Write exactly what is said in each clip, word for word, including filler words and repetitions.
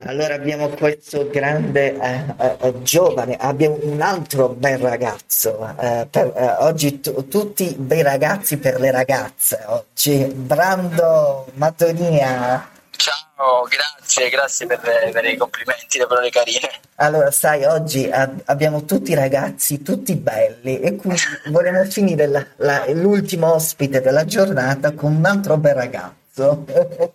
Allora abbiamo questo grande eh, eh, eh, giovane, abbiamo un altro bel ragazzo. Eh, per- eh, oggi tu- tutti bei ragazzi per le ragazze. Oggi Brando Matonia. Ciao, grazie, grazie per, per i complimenti, le parole carine. Allora, sai, oggi ab- abbiamo tutti ragazzi, tutti belli, e quindi vogliamo finire la- la- l'ultimo ospite della giornata con un altro bel ragazzo.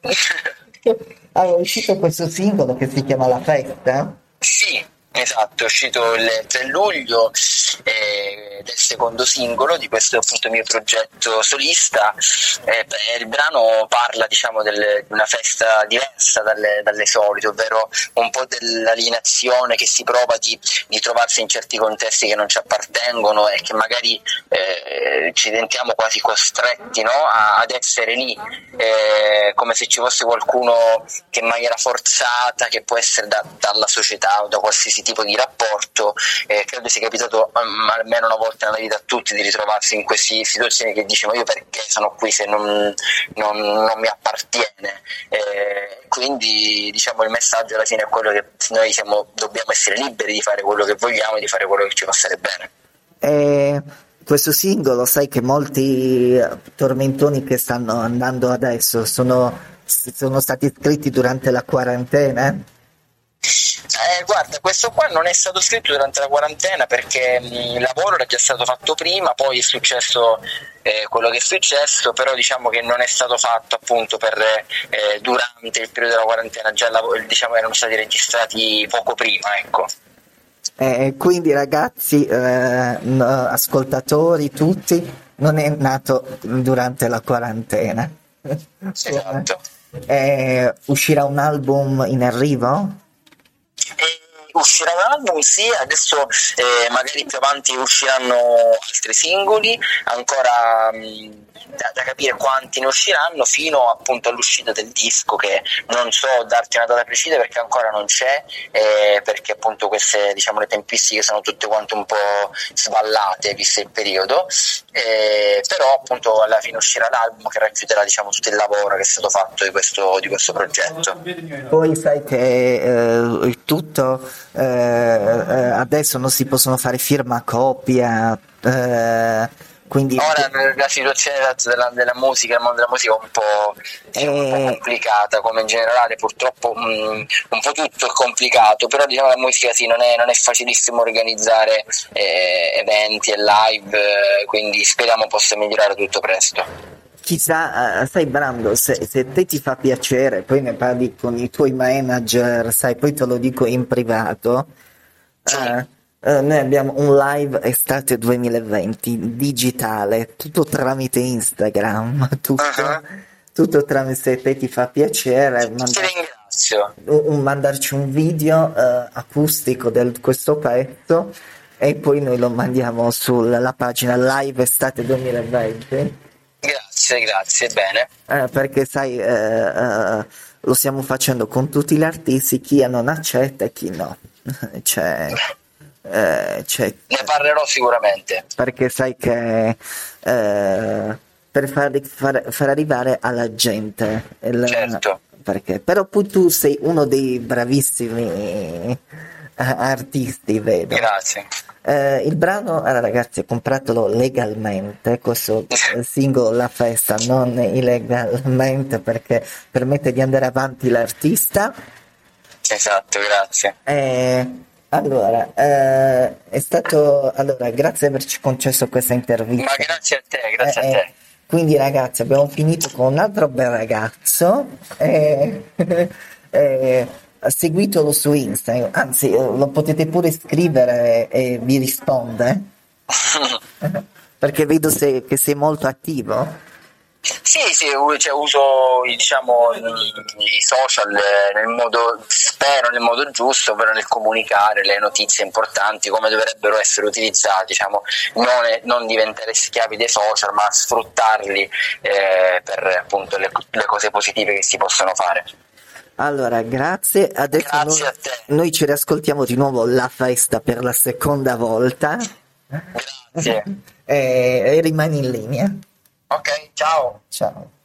Allora, è uscito questo singolo che si chiama La Festa. Sì, esatto, è uscito il tre luglio eh, del secondo singolo di questo appunto mio progetto solista. Eh, beh, il brano parla diciamo del- di una festa diversa dalle, dalle solite, ovvero un po' dell'alienazione che si prova di, di trovarsi in certi contesti che non ci appartengono e che magari eh, ci sentiamo quasi costretti, no, a- ad essere lì, eh, come se ci fosse qualcuno che in maniera forzata, che può essere da- dalla società o da qualsiasi tipo di rapporto. Eh, credo sia capitato um, almeno una volta nella vita a tutti di ritrovarsi in queste situazioni che dici ma io perché sono qui se non, non- non mi appartiene. Eh, quindi diciamo il messaggio alla fine è quello che noi siamo, dobbiamo essere liberi di fare quello che vogliamo e di fare quello che ci fa stare bene. E questo singolo, sai che molti eh, tormentoni che stanno andando adesso sono, sono stati scritti durante la quarantena? Eh, guarda, questo qua non è stato scritto durante la quarantena perché mh, il lavoro era già stato fatto prima, poi è successo eh, quello che è successo, però diciamo che non è stato fatto appunto per eh, durante il periodo della quarantena, già lav- diciamo erano stati registrati poco prima, ecco. E quindi ragazzi, eh, n- ascoltatori tutti, non è nato durante la quarantena. Come? Esatto. Eh, uscirà un album in arrivo? E uscirà un album, sì, adesso eh, magari più avanti usciranno altri singoli, ancora mh, da, da capire quanti ne usciranno fino appunto all'uscita del disco, che non so darti una data precisa perché ancora non c'è, eh, perché appunto queste diciamo le tempistiche sono tutte quante un po' sballate visto il periodo, eh, però appunto alla fine uscirà l'album che racchiuderà diciamo tutto il lavoro che è stato fatto di questo, di questo progetto. Poi sai che eh, il tutto eh, eh, adesso non si possono fare firmacopia, eh, quindi Ora la situazione della, della musica, il mondo della musica è un po', diciamo, un po' eh, complicata, come in generale purtroppo mh, un po' tutto è complicato, però diciamo la musica sì, non è, non è facilissimo organizzare eh, eventi e live, eh, quindi speriamo possa migliorare tutto presto. chissà, eh, sai Brando, se, se te ti fa piacere, poi ne parli con i tuoi manager, sai, poi te lo dico in privato. Sì. eh, eh, noi abbiamo un live estate duemilaventi digitale, tutto tramite Instagram, tutto, Uh-huh. tutto tramite, se te ti fa piacere, Ti manda- ringrazio. un- un- mandarci un video eh, acustico di questo pezzo e poi noi lo mandiamo sulla pagina live estate duemilaventi. Grazie, grazie, bene. Eh, perché sai, eh, eh, lo stiamo facendo con tutti gli artisti, chi non accetta e chi no. C'è, eh, c'è- Ne parlerò sicuramente. perché sai che eh, per far, far- far arrivare alla gente, il- Certo. perché, però poi tu sei uno dei bravissimi eh, artisti, vedo. Grazie. Eh, il brano, allora, ragazzi, compratelo legalmente, questo eh, singolo La Festa, non illegalmente, perché permette di andare avanti l'artista. Esatto, grazie. Eh, allora, eh, è stato, allora, grazie di averci concesso questa Ma intervista. grazie a te, grazie a Eh, eh, te. quindi ragazzi abbiamo finito con un altro bel ragazzo, eh, eh, seguitelo su Instagram, anzi eh, lo potete pure scrivere e vi risponde, perché vedo se- che sei molto attivo. Sì, sì, u- cioè, uso diciamo, i, i social eh, nel modo, spero nel modo giusto, ovvero nel comunicare le notizie importanti come dovrebbero essere utilizzati, diciamo, non, non diventare schiavi dei social, ma sfruttarli eh, per appunto le, le cose positive che si possono fare. Allora, grazie, adesso noi, Grazie a te, noi ci riascoltiamo di nuovo La Festa per la seconda volta grazie. e, e rimani in linea. Ok, ciao. Ciao.